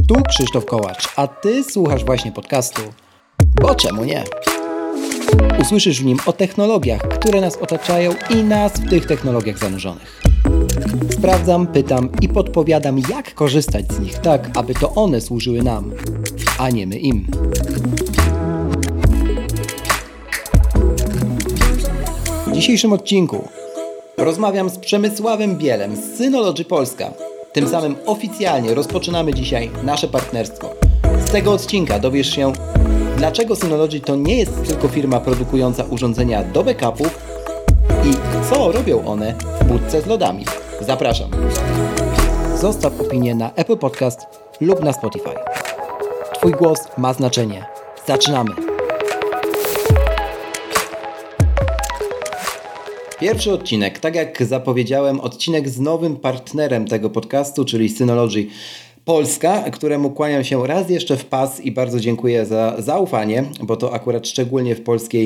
Tu Krzysztof Kołacz, a Ty słuchasz właśnie podcastu Bo czemu nie? Usłyszysz w nim o technologiach, które nas otaczają i nas w tych technologiach zanurzonych. Sprawdzam, pytam i podpowiadam, jak korzystać z nich tak, aby to one służyły nam, a nie my im. W dzisiejszym odcinku rozmawiam z Przemysławem Bielem z Synology Polska. Tym samym oficjalnie rozpoczynamy dzisiaj nasze partnerstwo. Z tego odcinka dowiesz się, dlaczego Synology to nie jest tylko firma produkująca urządzenia do backupów i co robią one w budce z lodami. Zapraszam. Zostaw opinię na Apple Podcast lub na Spotify. Twój głos ma znaczenie. Zaczynamy. Pierwszy odcinek, tak jak zapowiedziałem, odcinek z nowym partnerem tego podcastu, czyli Synology Polska, któremu kłaniam się raz jeszcze w pas i bardzo dziękuję za zaufanie, bo to akurat szczególnie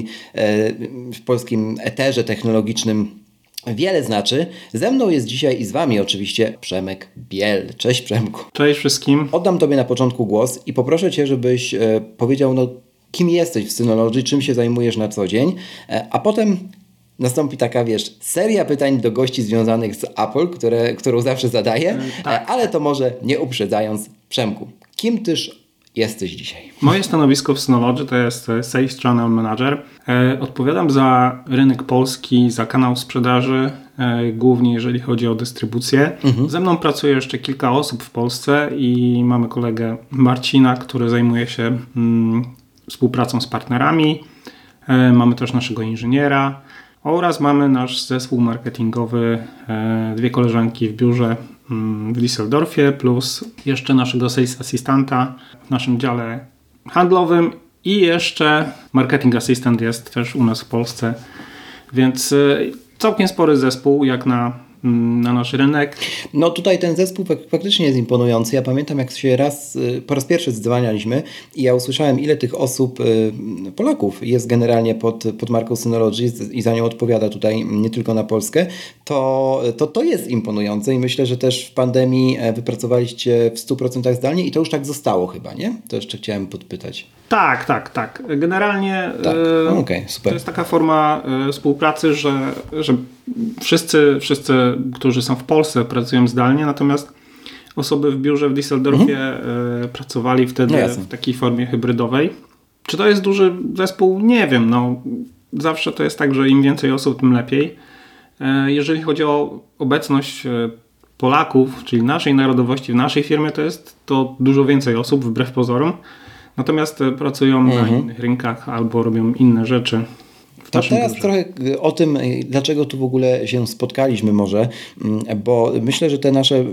w polskim eterze technologicznym wiele znaczy. Ze mną jest dzisiaj i z Wami oczywiście Przemek Biel. Cześć Przemku. Cześć wszystkim. Oddam Tobie na początku głos i poproszę Cię, żebyś powiedział, kim jesteś w Synology, czym się zajmujesz na co dzień, a potem nastąpi taka, seria pytań do gości związanych z Apple, którą zawsze zadaję, ale to może nie uprzedzając. Przemku, kim Tyż jesteś dzisiaj? Moje stanowisko w Synology to jest Sales Channel Manager. Odpowiadam za rynek polski, za kanał sprzedaży, głównie jeżeli chodzi o dystrybucję. Ze mną pracuje jeszcze kilka osób w Polsce i mamy kolegę Marcina, który zajmuje się współpracą z partnerami. Mamy też naszego inżyniera. Oraz mamy nasz zespół marketingowy, dwie koleżanki w biurze w Düsseldorfie, plus jeszcze naszego sales assistanta w naszym dziale handlowym i jeszcze marketing assistant jest też u nas w Polsce, więc całkiem spory zespół jak na nasz rynek. No tutaj ten zespół faktycznie jest imponujący. Ja pamiętam, jak się po raz pierwszy zdzwanialiśmy i ja usłyszałem, ile tych osób, Polaków jest generalnie pod marką Synology i za nią odpowiada tutaj nie tylko na Polskę, to jest imponujące i myślę, że też w pandemii wypracowaliście w 100% zdalnie i to już tak zostało chyba, nie? To jeszcze chciałem podpytać. Tak. Generalnie tak. Okay, super. To jest taka forma współpracy, że wszyscy, którzy są w Polsce, pracują zdalnie, natomiast osoby w biurze w Düsseldorfie pracowali wtedy w takiej formie hybrydowej. Czy to jest duży zespół? Nie wiem. Zawsze to jest tak, że im więcej osób, tym lepiej. Jeżeli chodzi o obecność Polaków, czyli naszej narodowości w naszej firmie, to jest to dużo więcej osób, wbrew pozorom. Natomiast pracują na innych rynkach albo robią inne rzeczy. To teraz trochę o tym, dlaczego tu w ogóle się spotkaliśmy może, bo myślę, że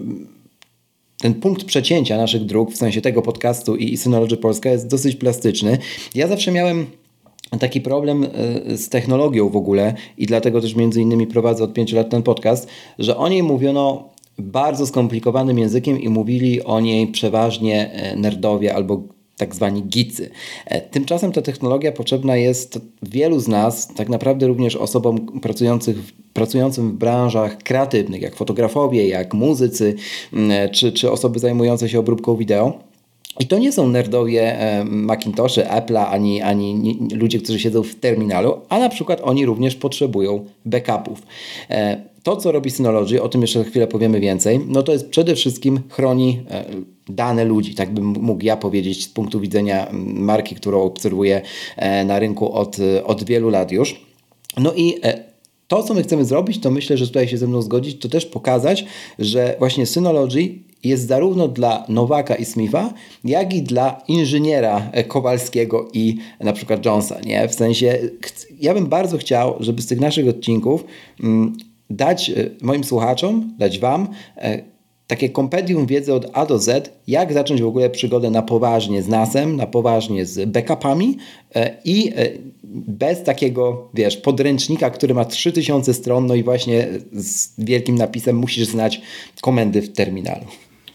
ten punkt przecięcia naszych dróg, w sensie tego podcastu i Synology Polska jest dosyć plastyczny. Ja zawsze miałem taki problem z technologią w ogóle i dlatego też między innymi prowadzę od 5 lat ten podcast, że o niej mówiono bardzo skomplikowanym językiem i mówili o niej przeważnie nerdowie albo tak zwani geecy. Tymczasem ta technologia potrzebna jest wielu z nas, tak naprawdę również osobom pracującym w branżach kreatywnych, jak fotografowie, jak muzycy, czy osoby zajmujące się obróbką wideo. I to nie są nerdowie Macintoshy, Apple'a, ani ludzie, którzy siedzą w terminalu, a na przykład oni również potrzebują backupów. To, co robi Synology, o tym jeszcze za chwilę powiemy więcej, to jest przede wszystkim chroni dane ludzi, tak bym mógł ja powiedzieć z punktu widzenia marki, którą obserwuję na rynku od wielu lat już. I to, co my chcemy zrobić, to myślę, że tutaj się ze mną zgodzić, to też pokazać, że właśnie Synology jest zarówno dla Nowaka i Smitha, jak i dla inżyniera Kowalskiego i na przykład Jonesa, nie? W sensie, ja bym bardzo chciał, żeby z tych naszych odcinków dać moim słuchaczom, dać Wam takie kompendium wiedzy od A do Z, jak zacząć w ogóle przygodę na poważnie z NAS-em, na poważnie z backupami i bez takiego, podręcznika, który ma 3000 stron, i właśnie z wielkim napisem musisz znać komendy w terminalu.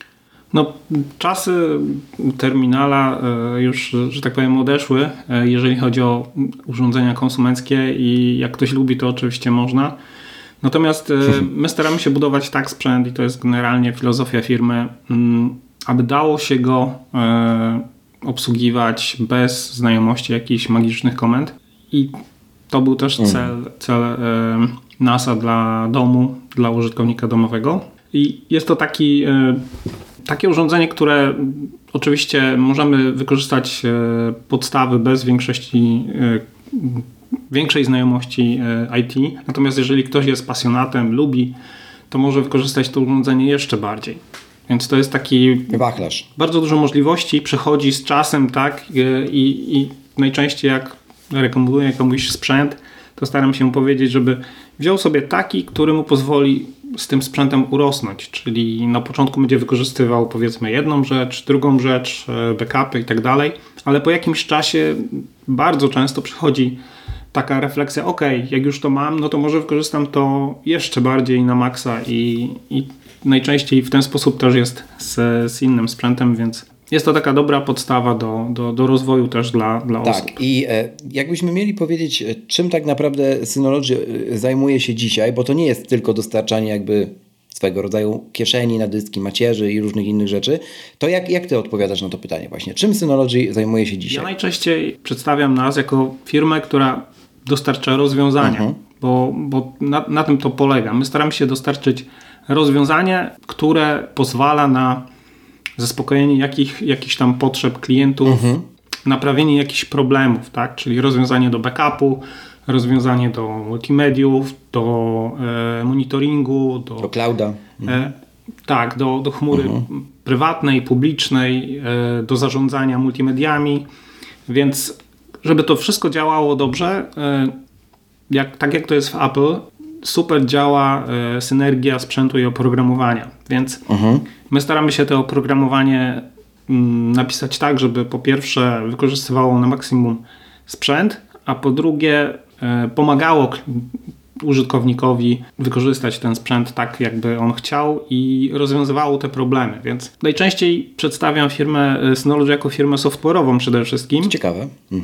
Czasy terminala już, że tak powiem, odeszły, jeżeli chodzi o urządzenia konsumenckie i jak ktoś lubi, to oczywiście można. Natomiast my staramy się budować tak sprzęt i to jest generalnie filozofia firmy, aby dało się go obsługiwać bez znajomości jakichś magicznych komend. I to był też cel NASA dla domu, dla użytkownika domowego. I jest to takie urządzenie, które oczywiście możemy wykorzystać podstawy bez większej znajomości IT. Natomiast jeżeli ktoś jest pasjonatem, lubi, to może wykorzystać to urządzenie jeszcze bardziej. Więc to jest taki wachlarz. Bardzo dużo możliwości, przechodzi z czasem, tak? I najczęściej jak rekomenduję komuś sprzęt, to staram się powiedzieć, żeby wziął sobie taki, który mu pozwoli z tym sprzętem urosnąć, czyli na początku będzie wykorzystywał powiedzmy jedną rzecz, drugą rzecz, backupy i tak dalej, ale po jakimś czasie bardzo często przychodzi taka refleksja, jak już to mam, no to może wykorzystam to jeszcze bardziej na maksa i najczęściej w ten sposób też jest z innym sprzętem, więc jest to taka dobra podstawa do rozwoju też dla osób. Tak, i jakbyśmy mieli powiedzieć, czym tak naprawdę Synology zajmuje się dzisiaj, bo to nie jest tylko dostarczanie jakby swego rodzaju kieszeni na dyski, macierzy i różnych innych rzeczy, to jak ty odpowiadasz na to pytanie właśnie? Czym Synology zajmuje się dzisiaj? Ja najczęściej przedstawiam nas jako firmę, która dostarcza rozwiązania, bo na tym to polega. My staramy się dostarczyć rozwiązanie, które pozwala na zaspokojenie jakichś tam potrzeb klientów, naprawienie jakichś problemów, tak? Czyli rozwiązanie do backupu, rozwiązanie do multimediów, do monitoringu, do clouda. Tak, do chmury prywatnej, publicznej, do zarządzania multimediami. Więc żeby to wszystko działało dobrze, tak jak to jest w Apple, super działa synergia sprzętu i oprogramowania. Więc my staramy się to oprogramowanie napisać tak, żeby po pierwsze wykorzystywało na maksimum sprzęt, a po drugie pomagało użytkownikowi wykorzystać ten sprzęt tak, jakby on chciał i rozwiązywało te problemy. Więc najczęściej przedstawiam firmę Synology jako firmę software'ową przede wszystkim. Ciekawe.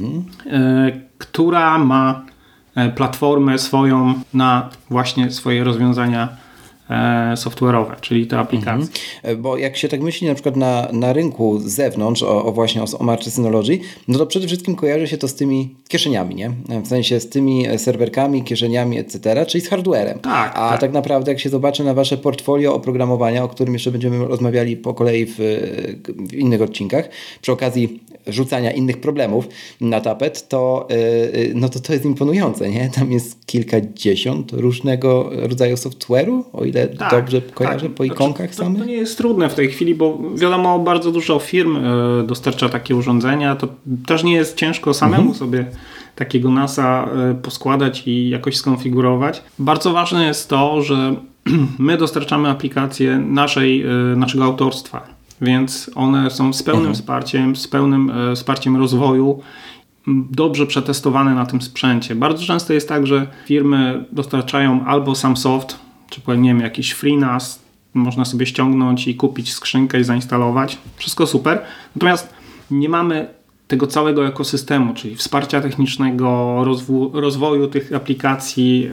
Która ma platformę swoją na właśnie swoje rozwiązania software'owe, czyli te aplikacje. Bo jak się tak myśli na przykład na rynku z zewnątrz właśnie o marce Synology, no to przede wszystkim kojarzy się to z tymi kieszeniami, nie? W sensie z tymi serwerkami, kieszeniami, etc., czyli z hardwarem. Tak naprawdę jak się zobaczy na wasze portfolio oprogramowania, o którym jeszcze będziemy rozmawiali po kolei w innych odcinkach, przy okazji rzucania innych problemów na tapet, to to jest imponujące, nie? Tam jest kilkadziesiąt różnego rodzaju software'u, o ile dobrze kojarzę, po ikonkach samych. To nie jest trudne w tej chwili, bo wiadomo, bardzo dużo firm dostarcza takie urządzenia. To też nie jest ciężko samemu sobie takiego NASA poskładać i jakoś skonfigurować. Bardzo ważne jest to, że my dostarczamy aplikacje naszego autorstwa, więc one są z pełnym wsparciem, z pełnym wsparciem rozwoju, dobrze przetestowane na tym sprzęcie. Bardzo często jest tak, że firmy dostarczają albo sam soft, czy powiem, jakiś FreeNAS, można sobie ściągnąć i kupić skrzynkę i zainstalować. Wszystko super. Natomiast nie mamy tego całego ekosystemu, czyli wsparcia technicznego, rozwoju tych aplikacji.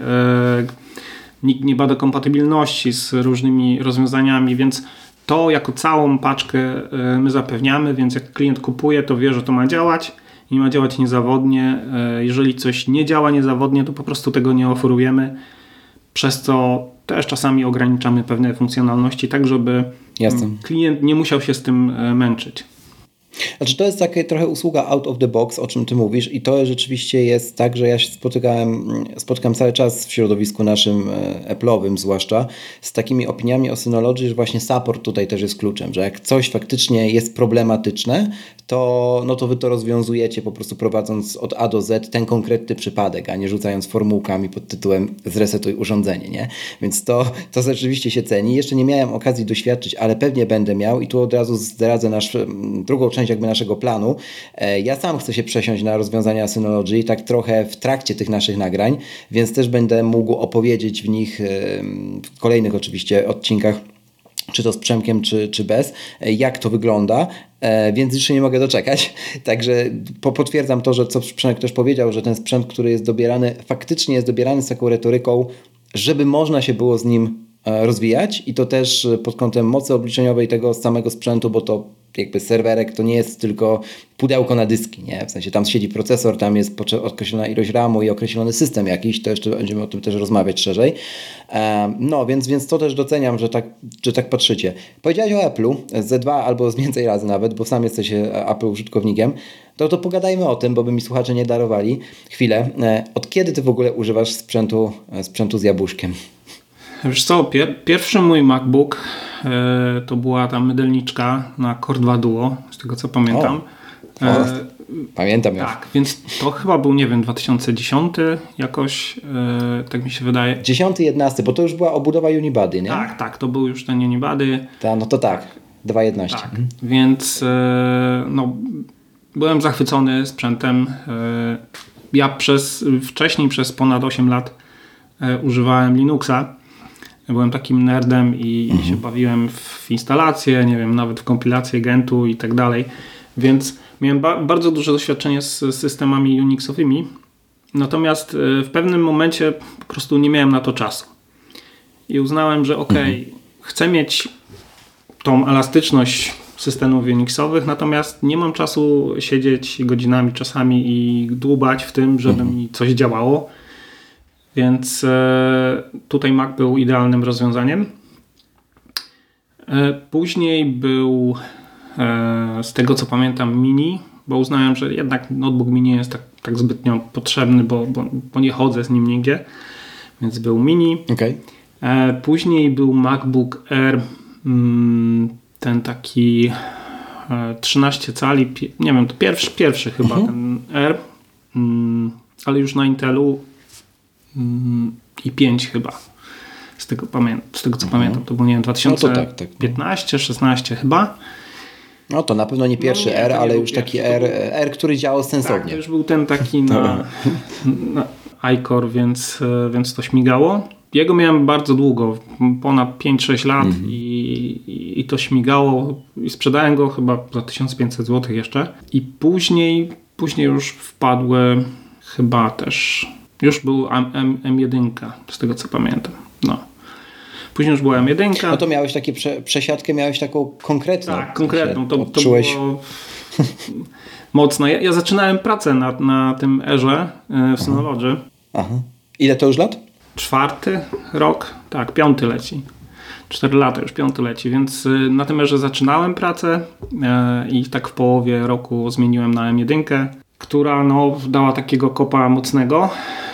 Nikt nie bada kompatybilności z różnymi rozwiązaniami, więc to jako całą paczkę my zapewniamy, więc jak klient kupuje, to wie, że to ma działać i ma działać niezawodnie. Jeżeli coś nie działa niezawodnie, to po prostu tego nie oferujemy, przez co też czasami ograniczamy pewne funkcjonalności, tak żeby klient nie musiał się z tym męczyć. Znaczy to jest taka trochę usługa out of the box, o czym ty mówisz, i to rzeczywiście jest tak, że ja się spotykam cały czas w środowisku naszym Apple'owym zwłaszcza z takimi opiniami o Synology, że właśnie support tutaj też jest kluczem, że jak coś faktycznie jest problematyczne, to wy to rozwiązujecie po prostu prowadząc od A do Z ten konkretny przypadek, a nie rzucając formułkami pod tytułem zresetuj urządzenie, nie? Więc to rzeczywiście się ceni. Jeszcze nie miałem okazji doświadczyć, ale pewnie będę miał i tu od razu zdradzę drugą część jakby naszego planu. Ja sam chcę się przesiąść na rozwiązania Synology, tak trochę w trakcie tych naszych nagrań, więc też będę mógł opowiedzieć w nich w kolejnych oczywiście odcinkach, czy to z Przemkiem, czy bez, jak to wygląda, więc jeszcze nie mogę doczekać. Także potwierdzam to, że co Przemek też powiedział, że ten sprzęt, który jest dobierany, faktycznie jest dobierany z taką retoryką, żeby można się było z nim rozwijać i to też pod kątem mocy obliczeniowej tego samego sprzętu, bo to jakby serwerek to nie jest tylko pudełko na dyski, nie? W sensie tam siedzi procesor, tam jest określona ilość RAMu i określony system jakiś, to jeszcze będziemy o tym też rozmawiać szerzej. No, więc to też doceniam, że tak patrzycie. Powiedziałeś o Apple'u ze 2 albo z więcej razy nawet, bo sam jesteś Apple użytkownikiem, to pogadajmy o tym, bo by mi słuchacze nie darowali. Chwilę. Od kiedy ty w ogóle używasz sprzętu z jabłuszkiem? Wiesz co, pierwszy mój MacBook to była ta mydelniczka na Core 2 Duo, z tego co pamiętam. Pamiętam już. Tak, więc to chyba był, nie wiem, 2010 jakoś, tak mi się wydaje. 10, 11, bo to już była obudowa Unibody, nie? Tak, to był już ten Unibody. No to tak, 2.11. Tak, więc no, byłem zachwycony sprzętem. Ja wcześniej przez ponad 8 lat używałem Linuxa. Byłem takim nerdem i się bawiłem w instalację, nie wiem, nawet w kompilację Gentu i tak dalej. Więc miałem bardzo duże doświadczenie z systemami Unixowymi. Natomiast w pewnym momencie po prostu nie miałem na to czasu. I uznałem, że chcę mieć tą elastyczność systemów Unixowych, natomiast nie mam czasu siedzieć godzinami czasami i dłubać w tym, żeby mi coś działało. Więc tutaj Mac był idealnym rozwiązaniem. Później był, z tego co pamiętam, Mini, bo uznałem, że jednak notebook Mini jest tak zbytnio potrzebny, bo nie chodzę z nim nigdzie. Więc był Mini. Okay. Później był MacBook Air, ten taki 13 cali, nie wiem, to pierwszy chyba ten Air, ale już na Intelu i 5 chyba. Z tego co pamiętam. To był, nie wiem, 2015, 16 chyba. No to na pewno nie pierwszy R, ale już taki R, który działał sensownie. Tak, to już był ten taki na iCore, więc to śmigało. Jego miałem bardzo długo, ponad 5-6 lat i to śmigało i sprzedałem go chyba za 1500 zł jeszcze. I później już wpadły chyba też, już był M1, z tego co pamiętam. No. Później już była M1. No to miałeś takie przesiadkę, miałeś taką konkretną. Tak, konkretną. To było mocno. Ja zaczynałem pracę na tym Airze w Synology. Aha. Ile to już lat? 4. rok, tak, 5 leci. 4 lata, już 5 leci, więc na tym Airze zaczynałem pracę i tak w połowie roku zmieniłem na M1, która dała takiego kopa mocnego,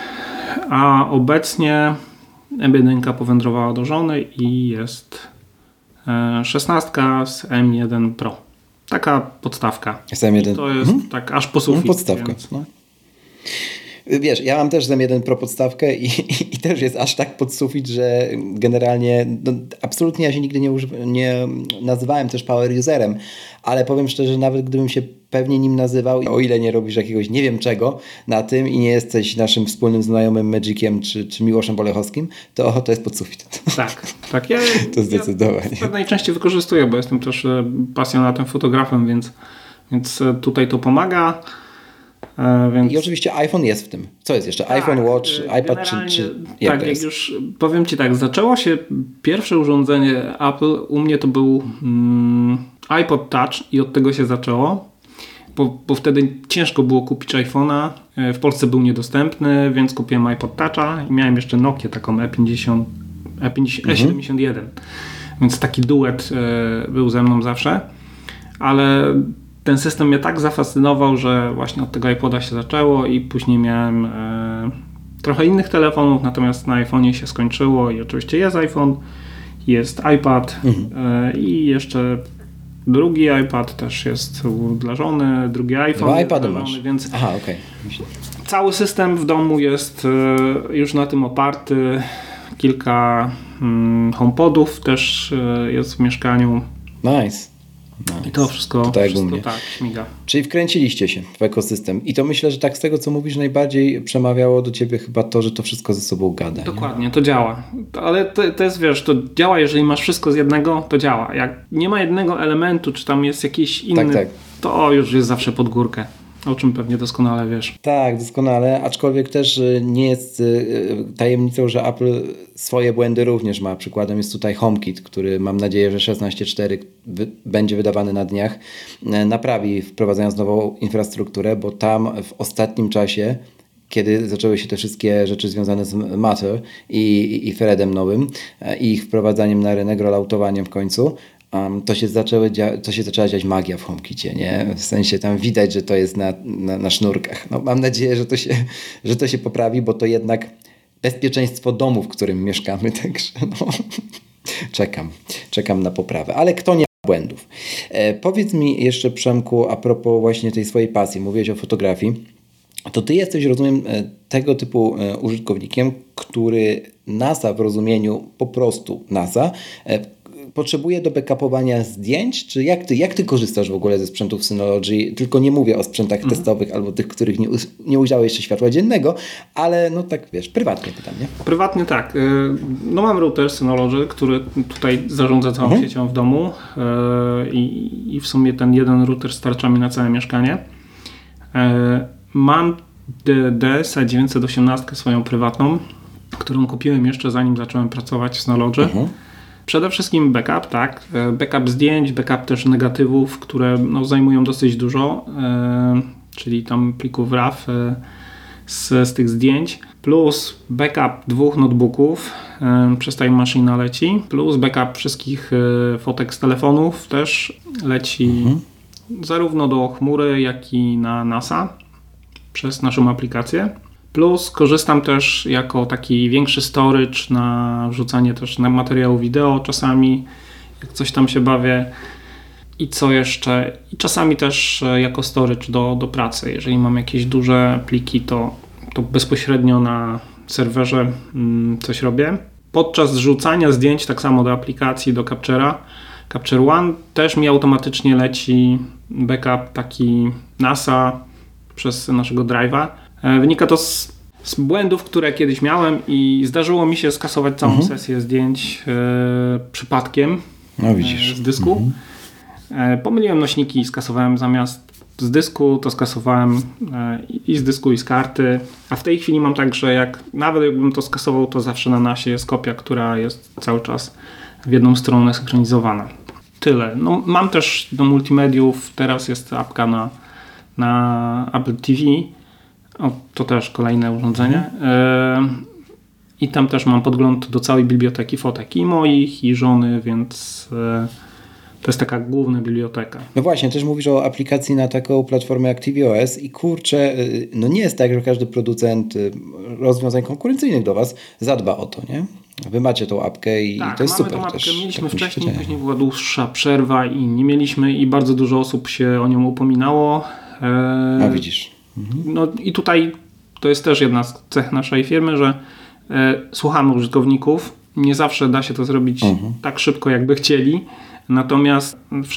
a obecnie M1 powędrowała do żony i jest 16 z M1 Pro. Taka podstawka. Z M1. To jest tak aż po sufit. Podstawka. Więc... No. Wiesz, ja mam też z M1 Pro podstawkę i też jest aż tak pod sufit, że generalnie absolutnie ja się nigdy nie nazywałem też power userem, ale powiem szczerze, nawet gdybym się pewnie nim nazywał, o ile nie robisz jakiegoś nie wiem czego na tym i nie jesteś naszym wspólnym znajomym Magiciem czy Miłoszem Bolechowskim, to jest pod sufit. Tak. Ja to zdecydowanie. Ja najczęściej wykorzystuję, bo jestem też pasjonatem, fotografem, więc tutaj to pomaga. Więc... I oczywiście iPhone jest w tym. Co jest jeszcze? Tak, iPhone, Watch, iPad czy tak, jak już powiem Ci tak, zaczęło się pierwsze urządzenie Apple, u mnie to był iPod Touch i od tego się zaczęło, bo wtedy ciężko było kupić iPhone'a, w Polsce był niedostępny, więc kupiłem iPod Toucha i miałem jeszcze Nokię taką E71, więc taki duet był ze mną zawsze, ale ten system mnie tak zafascynował, że właśnie od tego iPoda się zaczęło i później miałem trochę innych telefonów, natomiast na iPhone'ie się skończyło i oczywiście jest iPhone, jest iPad i jeszcze drugi iPad też jest dla żony, drugi iPhone. 2 iPady masz. Więc aha, okej. Cały system w domu jest już na tym oparty. Kilka HomePodów też jest w mieszkaniu. Nice. I to wszystko tak śmiga. Czyli wkręciliście się w ekosystem. I to myślę, że tak z tego, co mówisz, najbardziej przemawiało do ciebie chyba to, że to wszystko ze sobą gada. Dokładnie, nie? To działa. Ale to jest, wiesz, to działa, jeżeli masz wszystko z jednego, to działa. Jak nie ma jednego elementu, czy tam jest jakiś inny, to już jest zawsze pod górkę. o czym pewnie doskonale wiesz. Tak, doskonale, aczkolwiek też nie jest tajemnicą, że Apple swoje błędy również ma. Przykładem jest tutaj HomeKit, który mam nadzieję, że 16.4 będzie wydawany na dniach, naprawi, wprowadzając nową infrastrukturę, bo tam w ostatnim czasie, kiedy zaczęły się te wszystkie rzeczy związane z Matter i Threadem nowym i ich wprowadzaniem na rynek, rolloutowaniem w końcu, to się zaczęła dziać magia w HomeKicie, nie? W sensie tam widać, że to jest na sznurkach. No, mam nadzieję, że to się poprawi, bo to jednak bezpieczeństwo domu, w którym mieszkamy, także no, czekam na poprawę. Ale kto nie ma błędów? Powiedz mi jeszcze, Przemku, a propos właśnie tej swojej pasji, mówiłeś o fotografii, to ty jesteś, rozumiem, tego typu użytkownikiem, który NASA w rozumieniu po prostu NASA potrzebuje do backupowania zdjęć, czy jak ty korzystasz w ogóle ze sprzętów Synology? Tylko nie mówię o sprzętach testowych albo tych, których nie ujrzały jeszcze światła dziennego, ale no tak wiesz, prywatnie pytam, nie? Prywatnie tak. No mam router Synology, który tutaj zarządza całą siecią w domu i w sumie ten jeden router starcza mi na całe mieszkanie. Mam DSA 918 swoją prywatną, którą kupiłem jeszcze zanim zacząłem pracować w Synology. Przede wszystkim backup, tak. Backup zdjęć, backup też negatywów, które no, zajmują dosyć dużo, czyli tam plików RAW z tych zdjęć, plus backup 2 notebooków, przez Time Machine leci, plus backup wszystkich fotek z telefonów też leci zarówno do chmury, jak i na NASA przez naszą aplikację. Plus korzystam też jako taki większy storage na wrzucanie też na materiału wideo czasami, jak coś tam się bawię. I co jeszcze? I czasami też jako storage do pracy. Jeżeli mam jakieś duże pliki, to bezpośrednio na serwerze coś robię. Podczas zrzucania zdjęć, tak samo do aplikacji, do Capture One, też mi automatycznie leci backup taki NASA przez naszego drive'a. Wynika to z błędów, które kiedyś miałem i zdarzyło mi się skasować całą sesję zdjęć przypadkiem z dysku. Pomyliłem nośniki i skasowałem zamiast z dysku, to skasowałem i z dysku, i z karty. A w tej chwili mam tak, że nawet jakbym to skasował, to zawsze na NASie jest kopia, która jest cały czas w jedną stronę synchronizowana. Tyle. No, mam też do multimediów, teraz jest apka na Apple TV. To też kolejne urządzenie. I tam też mam podgląd do całej biblioteki fotek i moich, i żony, więc to jest taka główna biblioteka. No właśnie, też mówisz o aplikacji na taką platformę jak tvOS i kurczę, no nie jest tak, że każdy producent rozwiązań konkurencyjnych do Was zadba o to, nie? Wy macie tą apkę i tak, to jest super. Tak, mamy tą apkę, mieliśmy tak wcześniej, później była dłuższa przerwa i nie mieliśmy i bardzo dużo osób się o nią upominało. A widzisz. No i tutaj to jest też jedna z cech naszej firmy, że słuchamy użytkowników. Nie zawsze da się to zrobić tak szybko, jakby chcieli. Natomiast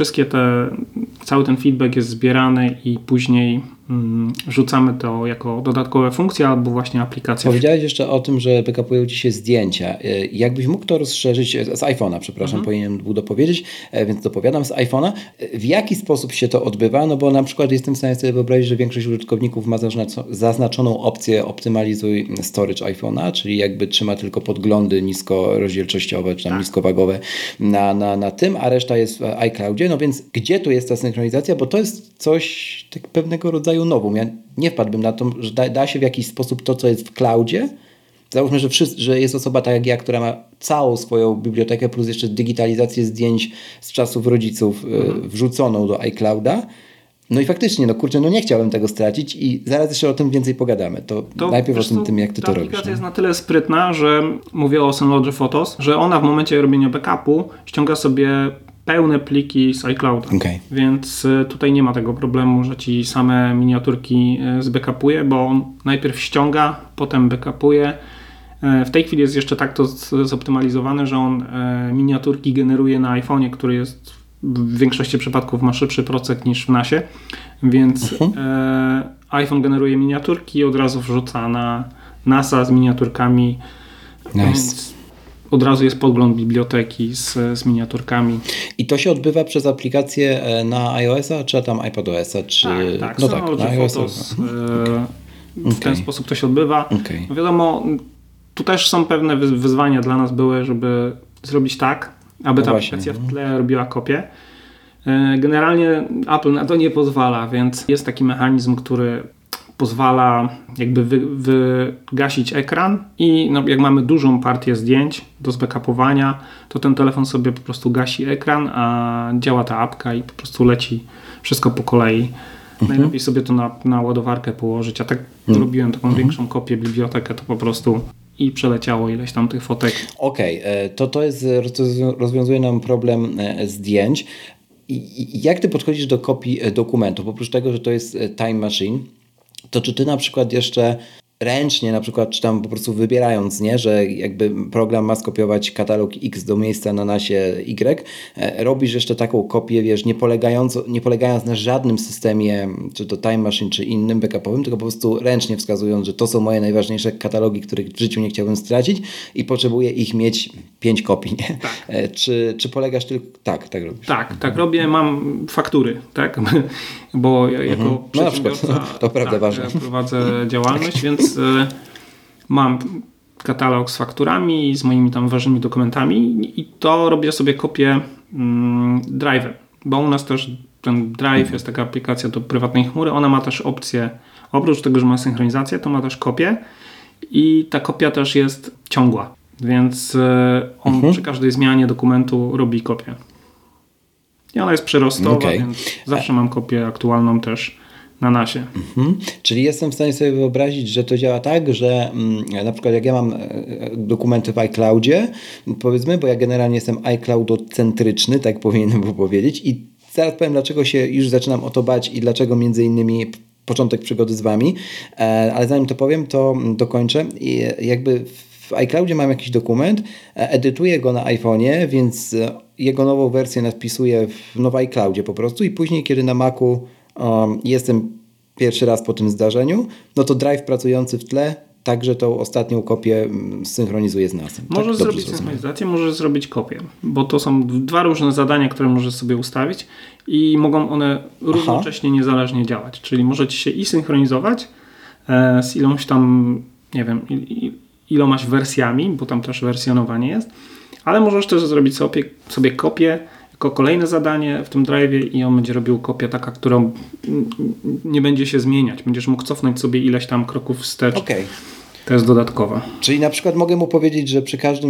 cały ten feedback jest zbierany i później rzucamy to jako dodatkowe funkcje albo właśnie aplikacje. Powiedziałeś jeszcze o tym, że backupują Ci się zdjęcia. Jakbyś mógł to rozszerzyć z iPhone'a, przepraszam, powinienem był dopowiedzieć, więc dopowiadam z iPhone'a. W jaki sposób się to odbywa? No bo na przykład jestem w stanie sobie wyobrazić, że większość użytkowników ma zaznaczoną opcję optymalizuj storage iPhone'a, czyli jakby trzyma tylko podglądy niskorozdzielczościowe czy tam niskowagowe na tym, a reszta jest w iCloudzie. No więc gdzie tu jest ta synchronizacja? Bo to jest coś tak pewnego rodzaju nowum. Ja nie wpadłbym na to, że da się w jakiś sposób to, co jest w cloudzie. Załóżmy, że jest osoba tak jak ja, która ma całą swoją bibliotekę plus jeszcze digitalizację zdjęć z czasów rodziców wrzuconą do iClouda. No i faktycznie, nie chciałbym tego stracić i zaraz jeszcze o tym więcej pogadamy. To najpierw o tym, jak ty to robisz. Ta aplikacja jest na tyle sprytna, że mówię o Synology Photos, że ona w momencie robienia backupu ściąga sobie pełne pliki z iClouda. Okay. Więc tutaj nie ma tego problemu, że ci same miniaturki zbackupuje, bo on najpierw ściąga, potem backupuje. W tej chwili jest jeszcze tak to zoptymalizowane, że on miniaturki generuje na iPhone'ie, który jest w większości przypadków ma szybszy procek niż w NASie, więc iPhone generuje miniaturki i od razu wrzuca na NASA z miniaturkami. Nice. Więc od razu jest podgląd biblioteki z miniaturkami. I to się odbywa przez aplikację na iOS-a, czy tam iPadOS-a? Czy... Tak. No tak, na iOS-a. W ten sposób to się odbywa. No wiadomo, tu też są pewne wyzwania dla nas były, żeby zrobić tak, aby ta aplikacja w tle robiła kopię. Generalnie Apple na to nie pozwala, więc jest taki mechanizm, który pozwala jakby wygasić ekran i no, jak mamy dużą partię zdjęć do zbackupowania, to ten telefon sobie po prostu gasi ekran, a działa ta apka i po prostu leci wszystko po kolei. Najlepiej sobie to na ładowarkę położyć. Ja tak robiłem taką większą kopię, bibliotekę, to po prostu i przeleciało ileś tam tych fotek. Okej, to jest, rozwiązuje nam problem zdjęć. I jak ty podchodzisz do kopii dokumentów? Oprócz tego, że to jest Time Machine, to czy ty na przykład jeszcze ręcznie, na przykład, czy tam po prostu wybierając, nie, że jakby program ma skopiować katalog X do miejsca na nasie Y, robisz jeszcze taką kopię, wiesz, nie polegając na żadnym systemie, czy to Time Machine, czy innym backupowym, tylko po prostu ręcznie wskazując, że to są moje najważniejsze katalogi, których w życiu nie chciałbym stracić i potrzebuję ich mieć 5 kopii, nie? Tak. Czy polegasz tylko... Tak robisz. Tak robię, mam faktury, tak? Bo jako przedsiębiorca to prawda, ważne. Prowadzę działalność, więc mam katalog z fakturami i z moimi tam ważnymi dokumentami i to robię sobie kopię Drive'em, bo u nas też ten Drive jest taka aplikacja do prywatnej chmury, ona ma też opcję, oprócz tego, że ma synchronizację, to ma też kopię i ta kopia też jest ciągła, więc on przy każdej zmianie dokumentu robi kopię. I ona jest przyrostowa, więc zawsze mam kopię aktualną też na nasie. Czyli jestem w stanie sobie wyobrazić, że to działa tak, że na przykład jak ja mam dokumenty w iCloudzie, powiedzmy, bo ja generalnie jestem iCloudocentryczny, tak powinienem było powiedzieć i zaraz powiem, dlaczego się już zaczynam o to bać i dlaczego między innymi początek przygody z wami, ale zanim to powiem, to dokończę. I jakby w iCloudzie mam jakiś dokument, edytuję go na iPhone'ie, więc jego nową wersję nadpisuję w iCloudzie po prostu i później, kiedy na Macu jestem pierwszy raz po tym zdarzeniu, no to Drive pracujący w tle także tą ostatnią kopię synchronizuje z NAS-em. Możesz zrobić synchronizację, możesz zrobić kopię, bo to są dwa różne zadania, które możesz sobie ustawić i mogą one równocześnie niezależnie działać. Czyli możecie się i synchronizować z ilość tam, nie wiem, ilomaś wersjami, bo tam też wersjonowanie jest, ale możesz też zrobić sobie kopię jako kolejne zadanie w tym drive'ie i on będzie robił kopię taka, którą nie będzie się zmieniać. Będziesz mógł cofnąć sobie ileś tam kroków wstecz. To jest dodatkowe. Czyli na przykład mogę mu powiedzieć, że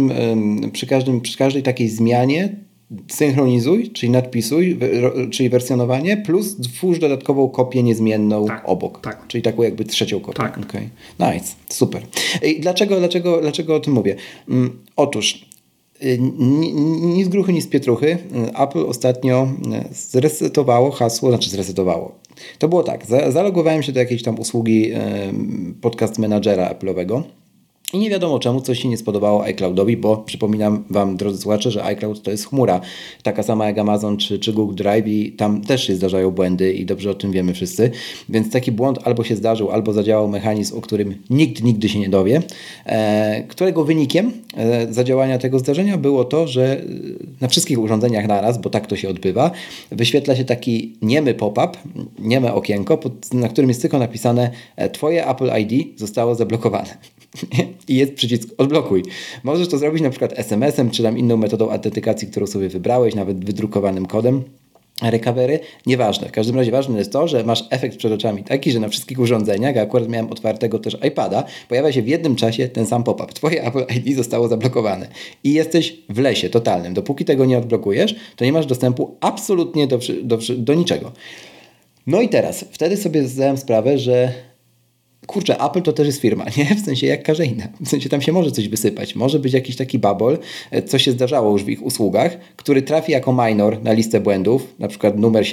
przy każdej takiej zmianie synchronizuj, czyli nadpisuj, czyli wersjonowanie, plus twórz dodatkową kopię niezmienną obok. Tak. Czyli taką jakby trzecią kopię. Tak. Okay. Nice, super. I dlaczego o tym mówię? Otóż ni z gruchy, ni z pietruchy. Apple ostatnio zresetowało hasło, To było tak, zalogowałem się do jakiejś tam usługi podcast managera Apple'owego i nie wiadomo czemu coś się nie spodobało iCloudowi, bo przypominam wam, drodzy słuchacze, że iCloud to jest chmura, taka sama jak Amazon czy Google Drive i tam też się zdarzają błędy i dobrze o tym wiemy wszyscy, więc taki błąd albo się zdarzył, albo zadziałał mechanizm, o którym nikt nigdy się nie dowie, którego wynikiem zadziałania tego zdarzenia było to, że na wszystkich urządzeniach naraz, bo tak to się odbywa, wyświetla się taki niemy pop-up, nieme okienko, na którym jest tylko napisane: twoje Apple ID zostało zablokowane. I jest przycisk odblokuj. Możesz to zrobić na przykład SMS-em, czy tam inną metodą autentykacji, którą sobie wybrałeś, nawet wydrukowanym kodem recovery. Nieważne. W każdym razie ważne jest to, że masz efekt przed oczami taki, że na wszystkich urządzeniach, akurat miałem otwartego też iPada, pojawia się w jednym czasie ten sam pop-up. Twoje Apple ID zostało zablokowane. I jesteś w lesie totalnym. Dopóki tego nie odblokujesz, to nie masz dostępu absolutnie do niczego. No i teraz, wtedy sobie zdałem sprawę, że kurczę, Apple to też jest firma, nie? W sensie jak każda inna. W sensie tam się może coś wysypać. Może być jakiś taki bubble, co się zdarzało już w ich usługach, który trafi jako minor na listę błędów, na przykład numer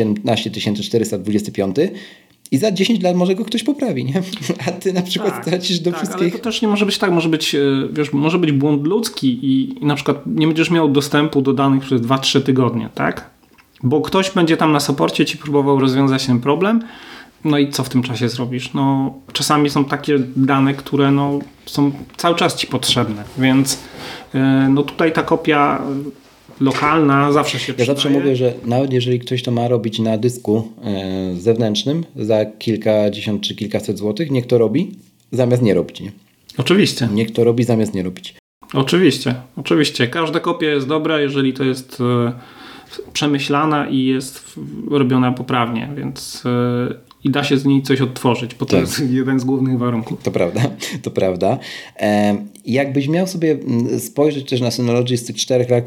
17425 i za 10 lat może go ktoś poprawi, nie? A ty na przykład stracisz do wszystkich... ale to też nie może być tak. Może być błąd ludzki i na przykład nie będziesz miał dostępu do danych przez 2-3 tygodnie, tak? Bo ktoś będzie tam na supporcie ci próbował rozwiązać ten problem, No i co w tym czasie zrobisz? No, czasami są takie dane, które no, są cały czas ci potrzebne, więc no tutaj ta kopia lokalna zawsze się przydaje. Ja zawsze mówię, że nawet jeżeli ktoś to ma robić na dysku zewnętrznym za kilkadziesiąt czy kilkaset złotych, niech to robi zamiast nie robić. Nie? Oczywiście. Niech to robi zamiast nie robić. Oczywiście. Każda kopia jest dobra, jeżeli to jest przemyślana i jest robiona poprawnie, więc i da się z niej coś odtworzyć, bo to jest jeden z głównych warunków. To prawda. Jakbyś miał sobie spojrzeć też na Synology z tych 4 lat,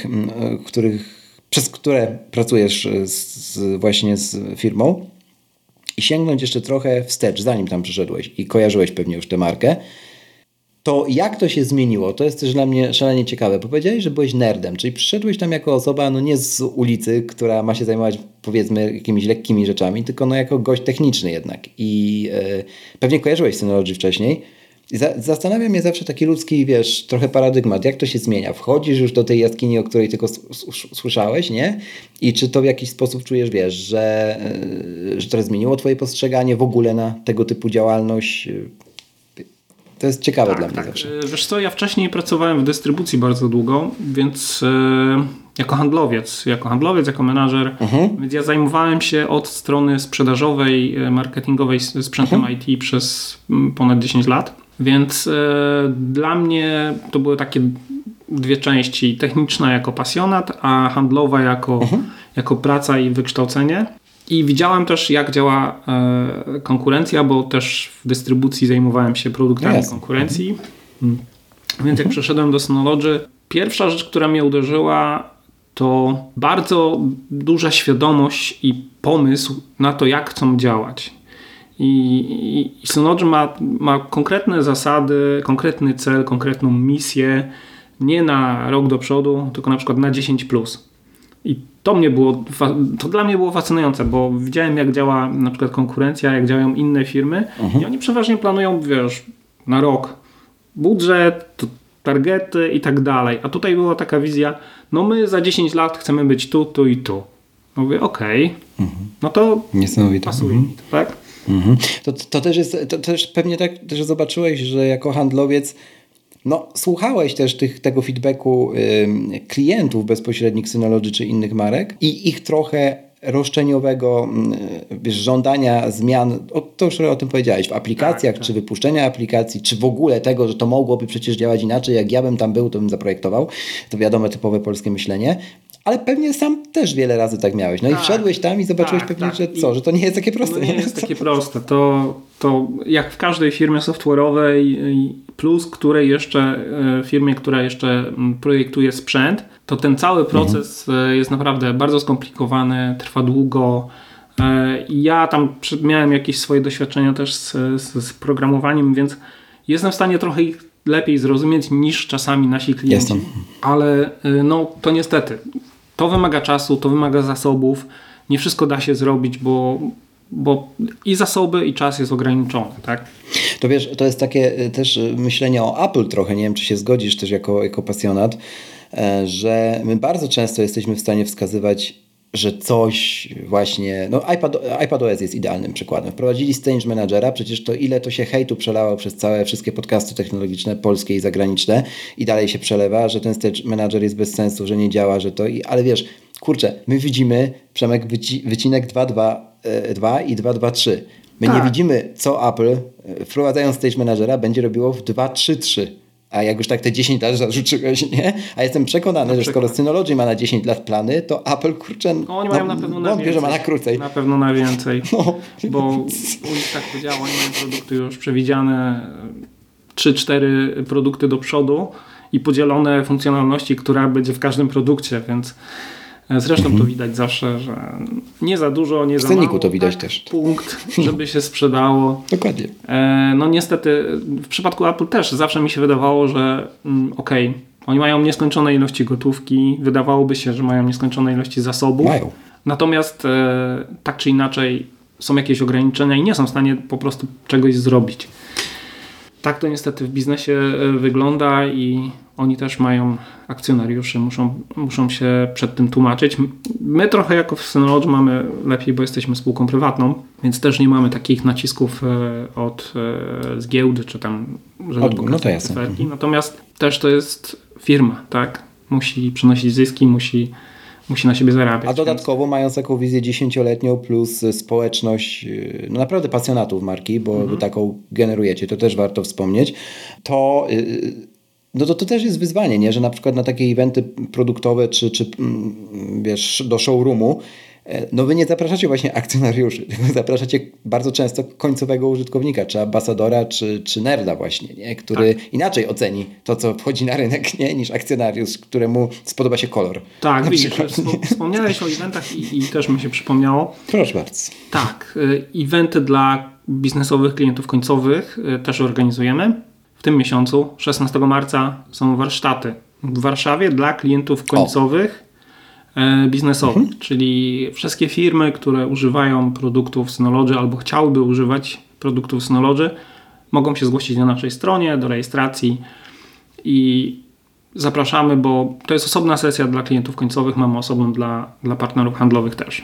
przez które pracujesz właśnie z firmą i sięgnąć jeszcze trochę wstecz, zanim tam przyszedłeś i kojarzyłeś pewnie już tę markę, to jak to się zmieniło? To jest też dla mnie szalenie ciekawe. Bo powiedziałeś, że byłeś nerdem, czyli przyszedłeś tam jako osoba no nie z ulicy, która ma się zajmować powiedzmy jakimiś lekkimi rzeczami, tylko no jako gość techniczny jednak. I pewnie kojarzyłeś Synology wcześniej. I zastanawia mnie zawsze taki ludzki, wiesz, trochę paradygmat. Jak to się zmienia? Wchodzisz już do tej jaskini, o której tylko słyszałeś, nie? I czy to w jakiś sposób czujesz, wiesz, że to zmieniło twoje postrzeganie w ogóle na tego typu działalność? To jest ciekawe dla mnie zawsze. Wiesz co, ja wcześniej pracowałem w dystrybucji bardzo długo, więc jako handlowiec, jako menadżer, więc ja zajmowałem się od strony sprzedażowej, marketingowej sprzętem IT przez ponad 10 lat, więc dla mnie to były takie dwie części, techniczna jako pasjonat, a handlowa jako praca i wykształcenie. I widziałem też, jak działa konkurencja, bo też w dystrybucji zajmowałem się produktami konkurencji. Więc jak przeszedłem do Synology, pierwsza rzecz, która mnie uderzyła, to bardzo duża świadomość i pomysł na to, jak chcą działać. I Synology ma konkretne zasady, konkretny cel, konkretną misję, nie na rok do przodu, tylko na przykład na 10+. I to dla mnie było fascynujące, bo widziałem, jak działa na przykład konkurencja, jak działają inne firmy i oni przeważnie planują, wiesz, na rok budżet, targety i tak dalej. A tutaj była taka wizja, no my za 10 lat chcemy być tu, tu i tu. Mówię, okej, no to pasuje mi to, tak? To też jest, to też pewnie tak też zobaczyłeś, że jako handlowiec no, słuchałeś też tego feedbacku klientów bezpośrednich Synology czy innych marek i ich trochę roszczeniowego żądania zmian, to już o tym powiedziałeś, w aplikacjach, czy wypuszczenia aplikacji, czy w ogóle tego, że to mogłoby przecież działać inaczej, jak ja bym tam był, to bym zaprojektował. To wiadomo, typowe polskie myślenie. Ale pewnie sam też wiele razy tak miałeś. No i wszedłeś tam i zobaczyłeś pewnie, że to nie jest takie proste. No nie jest takie proste. To jak w każdej firmie software'owej plus której jeszcze firmie, która jeszcze projektuje sprzęt, to ten cały proces jest naprawdę bardzo skomplikowany, trwa długo. Ja tam miałem jakieś swoje doświadczenia też z programowaniem, więc jestem w stanie trochę ich lepiej zrozumieć niż czasami nasi klienci. Ale no to niestety, to wymaga czasu, to wymaga zasobów. Nie wszystko da się zrobić, bo i zasoby, i czas jest ograniczony, tak? To wiesz, to jest takie też myślenie o Apple trochę, nie wiem, czy się zgodzisz też jako pasjonat, że my bardzo często jesteśmy w stanie wskazywać, że coś właśnie, no iPadOS jest idealnym przykładem. Wprowadzili Stage Managera, przecież to ile to się hejtu przelało przez wszystkie podcasty technologiczne, polskie i zagraniczne i dalej się przelewa, że ten Stage Manager jest bez sensu, że nie działa, że to, ale wiesz, kurczę, my widzimy, Przemek, wycinek 2.2 i 2.2.3. My nie widzimy, co Apple wprowadzając Stage Managera będzie robiło w 2.3.3. A jak już tak te 10 lat zarzuciłeś, nie? A jestem przekonany, że skoro Synology ma na 10 lat plany, to Apple, kurczę, no oni mają na pewno na więcej. Że ma na krócej. Na pewno na więcej. No. Bo u nich tak powiedziało, oni mają produkty już przewidziane 3-4 produkty do przodu i podzielone funkcjonalności, która będzie w każdym produkcie, więc zresztą to widać zawsze, że nie za dużo, nie za mało. W cenniku to widać też. Punkt, żeby się sprzedało. Dokładnie. No niestety w przypadku Apple też zawsze mi się wydawało, że oni mają nieskończone ilości gotówki, wydawałoby się, że mają nieskończone ilości zasobów. Mają. Natomiast tak czy inaczej są jakieś ograniczenia i nie są w stanie po prostu czegoś zrobić. Tak to niestety w biznesie wygląda i oni też mają akcjonariuszy, muszą się przed tym tłumaczyć. My trochę jako w Synology mamy lepiej, bo jesteśmy spółką prywatną, więc też nie mamy takich nacisków z giełdy, czy tam żadnego oferty. Natomiast też to jest firma, tak? Musi przynosić zyski, musi na siebie zarabiać. A dodatkowo mając taką wizję 10-letnią plus społeczność naprawdę pasjonatów marki, bo wy taką generujecie, to też warto wspomnieć, to też jest wyzwanie, nie? Że na przykład na takie eventy produktowe czy wiesz, do showroomu wy nie zapraszacie właśnie akcjonariuszy, tylko zapraszacie bardzo często końcowego użytkownika, czy ambasadora, czy nerda właśnie, nie? Który inaczej oceni to, co wchodzi na rynek, nie? Niż akcjonariusz, któremu spodoba się kolor. Tak, widzisz, wspomniałeś o eventach i też mi się przypomniało. Proszę bardzo. Tak, eventy dla biznesowych klientów końcowych też organizujemy. W tym miesiącu, 16 marca, są warsztaty w Warszawie dla klientów końcowych biznesowych, czyli wszystkie firmy, które używają produktów Synology albo chciałyby używać produktów Synology, mogą się zgłosić na naszej stronie do rejestracji i zapraszamy, bo to jest osobna sesja dla klientów końcowych, mamy osobną dla partnerów handlowych też.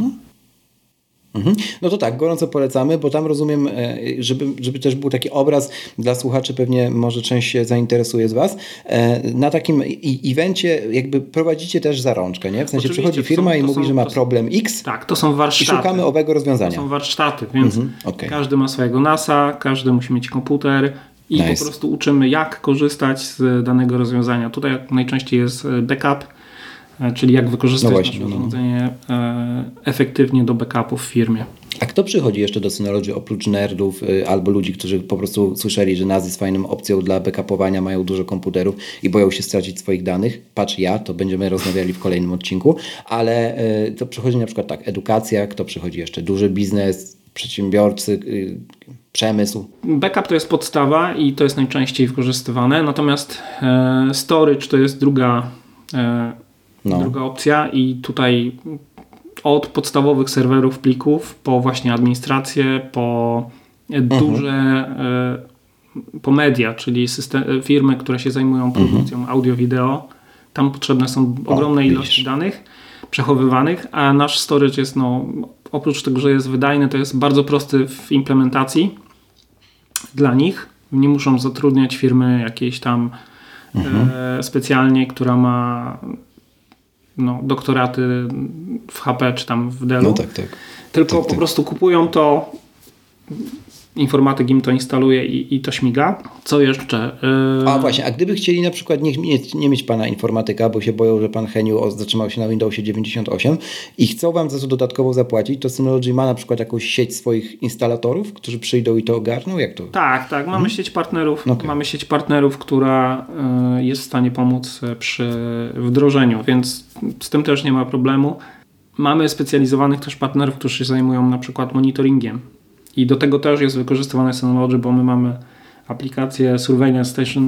No to tak, gorąco polecamy, bo tam rozumiem, żeby też był taki obraz dla słuchaczy, pewnie może część się zainteresuje z Was. Na takim evencie jakby prowadzicie też za rączkę, nie? W sensie przychodzi firma i mówi, że ma problem X. Tak, to są warsztaty. I szukamy owego rozwiązania. To są warsztaty, więc każdy ma swojego NAS-a, każdy musi mieć komputer i po prostu uczymy, jak korzystać z danego rozwiązania. Tutaj najczęściej jest backup, czyli jak wykorzystać nasze urządzenie efektywnie do backupu w firmie. A kto przychodzi jeszcze do Synology oprócz nerdów albo ludzi, którzy po prostu słyszeli, że NAS jest fajną opcją dla backupowania, mają dużo komputerów i boją się stracić swoich danych? Patrz, to będziemy rozmawiali w kolejnym odcinku, ale to przychodzi na przykład edukacja, kto przychodzi jeszcze? Duży biznes, przedsiębiorcy, przemysł. Backup to jest podstawa i to jest najczęściej wykorzystywane, natomiast storage to jest druga opcja i tutaj od podstawowych serwerów plików po właśnie administrację, po duże po media, czyli firmy, które się zajmują produkcją audio-wideo. Tam potrzebne są ogromne ilości danych przechowywanych, a nasz storage jest oprócz tego, że jest wydajny, to jest bardzo prosty w implementacji dla nich. Nie muszą zatrudniać firmy jakiejś tam specjalnie, która ma doktoraty w HP czy tam w Dellu. Tylko po prostu kupują to, informatyk im to instaluje i to śmiga. Co jeszcze? A właśnie, a gdyby chcieli na przykład nie mieć pana informatyka, bo się boją, że pan Heniu zatrzymał się na Windowsie 98 i chcą wam za to dodatkowo zapłacić, to Synology ma na przykład jakąś sieć swoich instalatorów, którzy przyjdą i to ogarną? Jak to? Tak. Mamy sieć partnerów. Mamy sieć partnerów, która jest w stanie pomóc przy wdrożeniu, więc z tym też nie ma problemu. Mamy specjalizowanych też partnerów, którzy się zajmują na przykład monitoringiem. I do tego też jest wykorzystywane Synology, bo my mamy aplikację Surveillance Station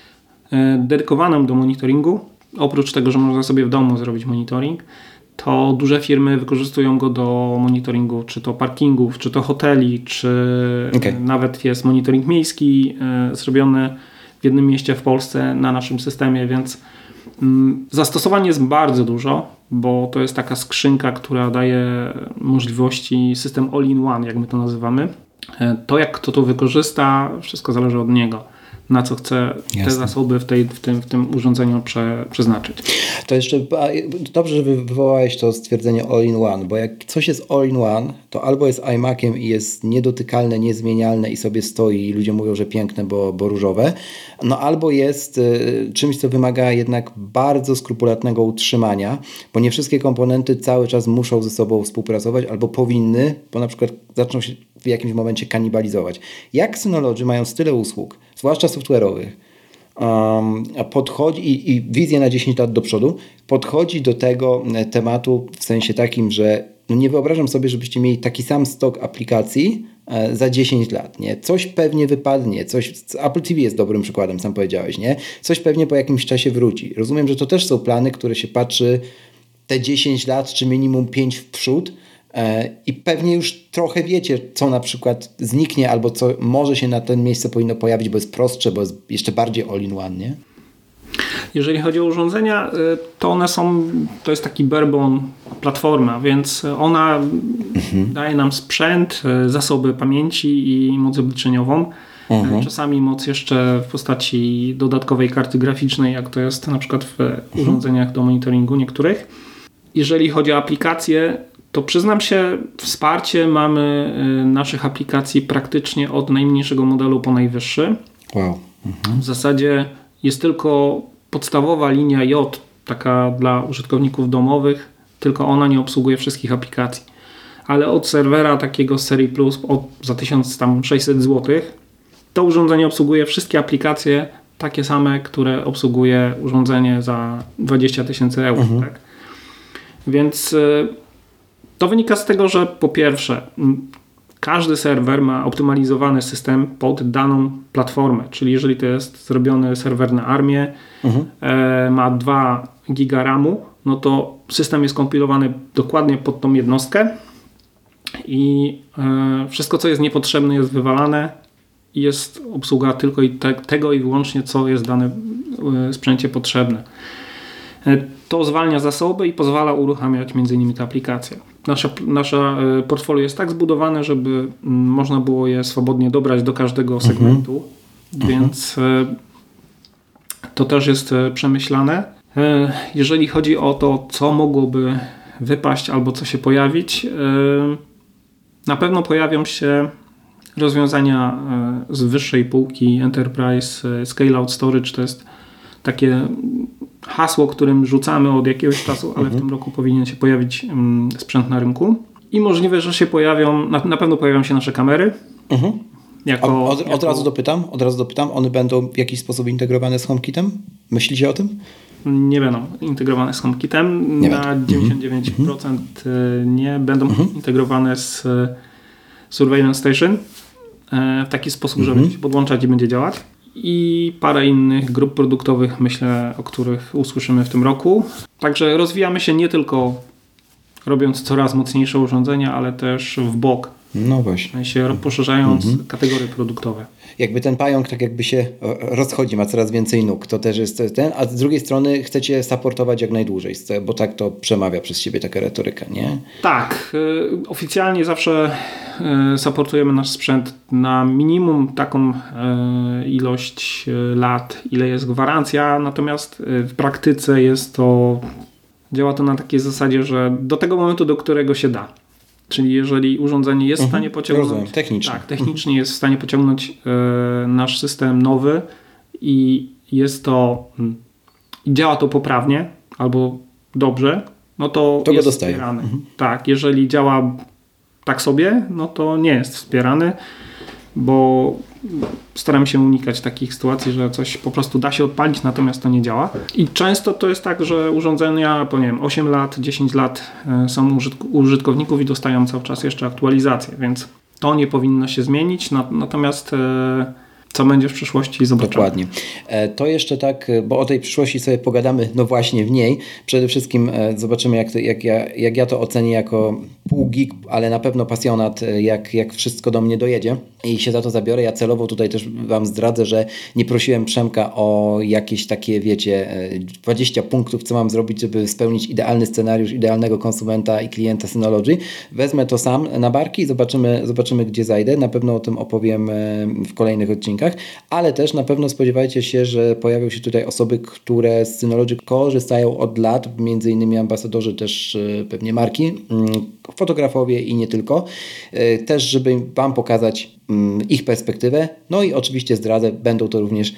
dedykowaną do monitoringu. Oprócz tego, że można sobie w domu zrobić monitoring, to duże firmy wykorzystują go do monitoringu, czy to parkingów, czy to hoteli, czy nawet jest monitoring miejski zrobiony w jednym mieście w Polsce na naszym systemie, więc zastosowań jest bardzo dużo, bo to jest taka skrzynka, która daje możliwości, system all-in-one, jak my to nazywamy. To, jak kto to wykorzysta, wszystko zależy od niego, na co chce te zasoby w tym urządzeniu przeznaczyć. To jeszcze dobrze, że wywołałeś to stwierdzenie all-in-one, bo jak coś jest all-in-one, to albo jest iMaciem i jest niedotykalne, niezmienialne i sobie stoi i ludzie mówią, że piękne, bo różowe, albo jest czymś, co wymaga jednak bardzo skrupulatnego utrzymania, bo nie wszystkie komponenty cały czas muszą ze sobą współpracować albo powinny, bo na przykład zaczną się w jakimś momencie kanibalizować. Jak Synology, mając tyle usług, zwłaszcza software'owych, podchodzi i wizję na 10 lat do przodu, podchodzi do tego tematu w sensie takim, że nie wyobrażam sobie, żebyście mieli taki sam stok aplikacji za 10 lat, nie? Coś pewnie wypadnie, Apple TV jest dobrym przykładem, sam powiedziałeś, nie? Coś pewnie po jakimś czasie wróci. Rozumiem, że to też są plany, które się patrzy te 10 lat, czy minimum 5 w przód, I pewnie już trochę wiecie, co na przykład zniknie albo co może się na tym miejsce powinno pojawić, bo jest prostsze, bo jest jeszcze bardziej all-in-one, nie? Jeżeli chodzi o urządzenia, to to jest taki barebone platforma, więc ona daje nam sprzęt, zasoby pamięci i moc obliczeniową. Czasami moc jeszcze w postaci dodatkowej karty graficznej, jak to jest na przykład w urządzeniach do monitoringu niektórych. Jeżeli chodzi o aplikacje, to przyznam się, wsparcie mamy naszych aplikacji praktycznie od najmniejszego modelu po najwyższy. Wow. W zasadzie jest tylko podstawowa linia J, taka dla użytkowników domowych, tylko ona nie obsługuje wszystkich aplikacji. Ale od serwera takiego z serii Plus za 1600 zł to urządzenie obsługuje wszystkie aplikacje takie same, które obsługuje urządzenie za 20 000 euro. Tak? Więc to wynika z tego, że po pierwsze każdy serwer ma optymalizowany system pod daną platformę, czyli jeżeli to jest zrobiony serwer na armię, ma 2 giga RAMu, no to system jest kompilowany dokładnie pod tą jednostkę i wszystko, co jest niepotrzebne, jest wywalane i jest obsługa tylko tego i wyłącznie, co jest dane sprzęcie potrzebne. To zwalnia zasoby i pozwala uruchamiać m.in. te aplikacje. Nasze portfolio jest tak zbudowane, żeby można było je swobodnie dobrać do każdego segmentu, więc to też jest przemyślane. Jeżeli chodzi o to, co mogłoby wypaść albo co się pojawić, na pewno pojawią się rozwiązania z wyższej półki Enterprise Scale-Out Storage. To jest takie hasło, którym rzucamy od jakiegoś czasu, ale w tym roku powinien się pojawić sprzęt na rynku. I możliwe, że się pojawią, na pewno pojawią się nasze kamery. Od razu dopytam, one będą w jakiś sposób integrowane z HomeKitem? Myślicie o tym? Nie będą integrowane z HomeKitem. Na 99% nie będą integrowane z Surveillance Station w taki sposób, że będzie się podłączać i będzie działać. I parę innych grup produktowych, myślę, o których usłyszymy w tym roku. Także rozwijamy się nie tylko robiąc coraz mocniejsze urządzenia, ale też w bok. No właśnie. W sensie poszerzając kategorie produktowe. Jakby ten pająk tak jakby się rozchodzi, ma coraz więcej nóg. To też jest ten, a z drugiej strony chcecie supportować jak najdłużej, bo tak to przemawia przez siebie taka retoryka, nie? Tak. Oficjalnie zawsze supportujemy nasz sprzęt na minimum taką ilość lat, ile jest gwarancja, natomiast w praktyce działa to na takiej zasadzie, że do tego momentu, do którego się da. Czyli jeżeli urządzenie jest w stanie pociągnąć... technicznie jest w stanie pociągnąć nasz system nowy i działa to poprawnie albo dobrze, no to jest wspierany. Tak, jeżeli działa tak sobie, no to nie jest wspierany, bo staramy się unikać takich sytuacji, że coś po prostu da się odpalić, natomiast to nie działa. I często to jest tak, że urządzenia po 8 lat, 10 lat są użytkowników i dostają cały czas jeszcze aktualizacje, więc to nie powinno się zmienić, natomiast co będzie w przyszłości, zobaczymy. Dokładnie. To jeszcze tak, bo o tej przyszłości sobie pogadamy, no właśnie w niej. Przede wszystkim zobaczymy, jak ja to ocenię jako półgeek, ale na pewno pasjonat, jak wszystko do mnie dojedzie i się za to zabiorę. Ja celowo tutaj też Wam zdradzę, że nie prosiłem Przemka o jakieś takie, 20 punktów, co mam zrobić, żeby spełnić idealny scenariusz idealnego konsumenta i klienta Synology. Wezmę to sam na barki i zobaczymy, gdzie zajdę. Na pewno o tym opowiem w kolejnych odcinkach, ale też na pewno spodziewajcie się, że pojawią się tutaj osoby, które z Synology korzystają od lat, między innymi ambasadorzy też pewnie marki, fotografowie i nie tylko, też żeby Wam pokazać ich perspektywę, no i oczywiście zdradzę, będą to również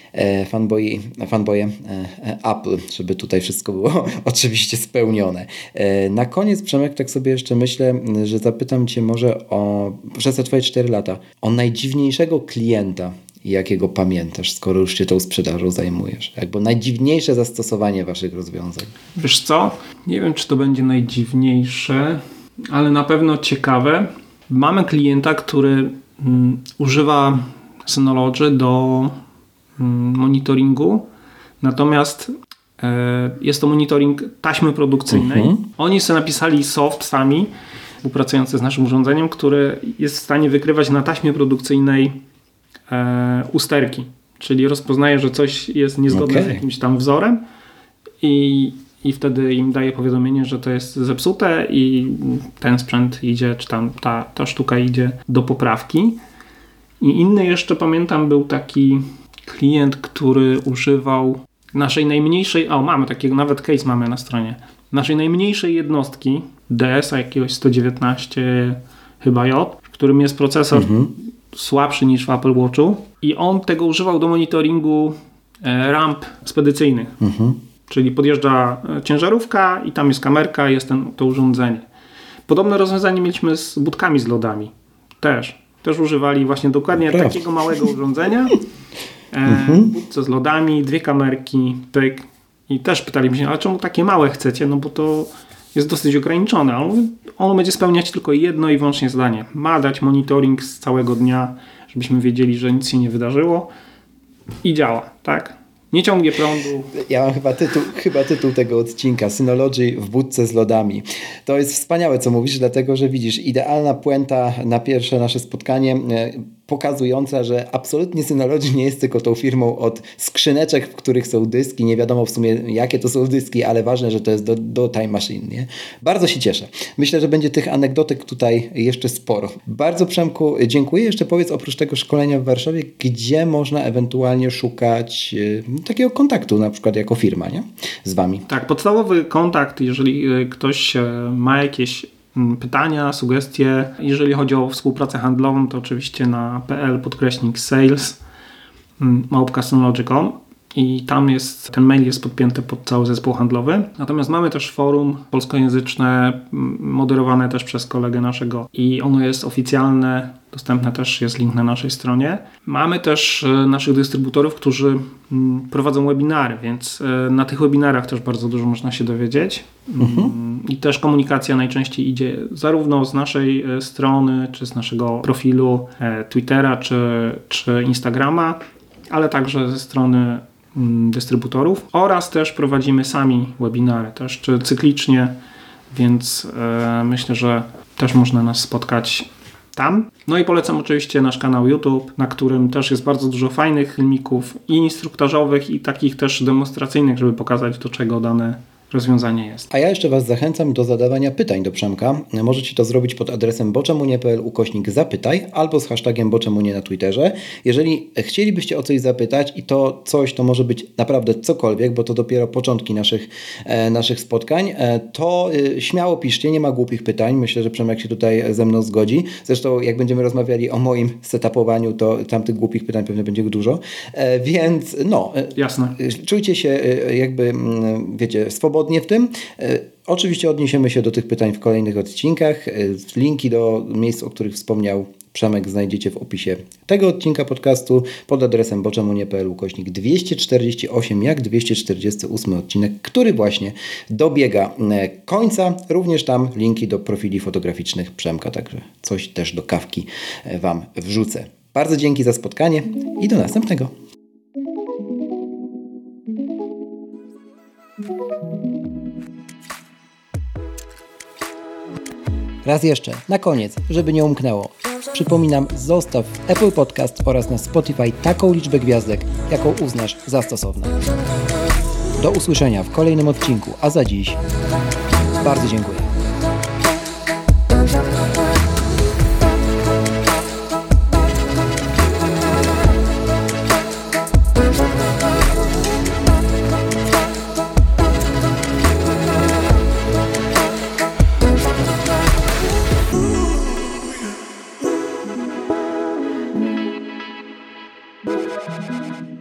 fanboye Apple, żeby tutaj wszystko było oczywiście spełnione. Na koniec, Przemek, tak sobie jeszcze myślę, że zapytam Cię może przez te Twoje 4 lata o najdziwniejszego klienta, jakiego pamiętasz, skoro już się tą sprzedażą zajmujesz. Jakby najdziwniejsze zastosowanie Waszych rozwiązań. Wiesz co? Nie wiem, czy to będzie najdziwniejsze, ale na pewno ciekawe. Mamy klienta, który używa Synology do monitoringu, natomiast jest to monitoring taśmy produkcyjnej. Oni sobie napisali soft sami, współpracujący z naszym urządzeniem, który jest w stanie wykrywać na taśmie produkcyjnej usterki. Czyli rozpoznaje, że coś jest niezgodne z jakimś tam wzorem i wtedy im daje powiadomienie, że to jest zepsute i ten sprzęt idzie, czy tam ta sztuka idzie do poprawki. I inny jeszcze pamiętam był taki klient, który używał naszej najmniejszej, mamy takiego, nawet case mamy na stronie, naszej najmniejszej jednostki DS-a jakiegoś 119 chyba J, w którym jest procesor słabszy niż w Apple Watchu i on tego używał do monitoringu ramp spedycyjnych. Czyli podjeżdża ciężarówka i tam jest kamerka, jest to urządzenie. Podobne rozwiązanie mieliśmy z budkami z lodami. Też używali właśnie dokładnie takiego małego urządzenia. Budce z lodami, 2 kamerki, pyk. I też pytaliśmy się, ale czemu takie małe chcecie? No bo to jest dosyć ograniczone. On będzie spełniać tylko jedno i wyłącznie zadanie. Ma dać monitoring z całego dnia, żebyśmy wiedzieli, że nic się nie wydarzyło. I działa, tak? Nie ciągnie prądu. Ja mam chyba tytuł tego odcinka, Synology w budce z lodami. To jest wspaniałe, co mówisz, dlatego, że widzisz, idealna puenta na pierwsze nasze spotkanie, pokazująca, że absolutnie Synology nie jest tylko tą firmą od skrzyneczek, w których są dyski. Nie wiadomo w sumie, jakie to są dyski, ale ważne, że to jest do Time Machine. Nie? Bardzo się cieszę. Myślę, że będzie tych anegdotek tutaj jeszcze sporo. Bardzo, Przemku, dziękuję. Jeszcze powiedz, oprócz tego szkolenia w Warszawie, gdzie można ewentualnie szukać takiego kontaktu, na przykład jako firma, nie? Z Wami. Tak, podstawowy kontakt, jeżeli ktoś ma jakieś pytania, sugestie. Jeżeli chodzi o współpracę handlową, to oczywiście na pl/sales@synology.com i tam ten mail jest podpięty pod cały zespół handlowy. Natomiast mamy też forum polskojęzyczne, moderowane też przez kolegę naszego i ono jest oficjalne, dostępne też jest link na naszej stronie. Mamy też naszych dystrybutorów, którzy prowadzą webinary, więc na tych webinarach też bardzo dużo można się dowiedzieć. I też komunikacja najczęściej idzie zarówno z naszej strony, czy z naszego profilu Twittera, czy Instagrama, ale także ze strony dystrybutorów oraz też prowadzimy sami webinary, też czy cyklicznie, więc myślę, że też można nas spotkać tam. No i polecam oczywiście nasz kanał YouTube, na którym też jest bardzo dużo fajnych filmików i instruktażowych i takich też demonstracyjnych, żeby pokazać, do czego dane rozwiązanie jest. A ja jeszcze Was zachęcam do zadawania pytań do Przemka. Możecie to zrobić pod adresem boczemunie.pl/zapytaj albo z hashtagiem boczemunie na Twitterze. Jeżeli chcielibyście o coś zapytać i to coś to może być naprawdę cokolwiek, bo to dopiero początki naszych spotkań, to śmiało piszcie, nie ma głupich pytań. Myślę, że Przemek się tutaj ze mną zgodzi. Zresztą jak będziemy rozmawiali o moim setupowaniu, to tam tych głupich pytań pewnie będzie dużo. Więc jasne. Czujcie się jakby, wiecie, swobodnie w tym. Oczywiście odniesiemy się do tych pytań w kolejnych odcinkach. Linki do miejsc, o których wspomniał Przemek, znajdziecie w opisie tego odcinka podcastu pod adresem boczemunie.pl/248, jak 248 odcinek, który właśnie dobiega końca. Również tam linki do profili fotograficznych Przemka, także coś też do kawki Wam wrzucę. Bardzo dzięki za spotkanie i do następnego. Raz jeszcze, na koniec, żeby nie umknęło. Przypominam, zostaw w Apple Podcast oraz na Spotify taką liczbę gwiazdek, jaką uznasz za stosowną. Do usłyszenia w kolejnym odcinku, a za dziś bardzo dziękuję. Thank you.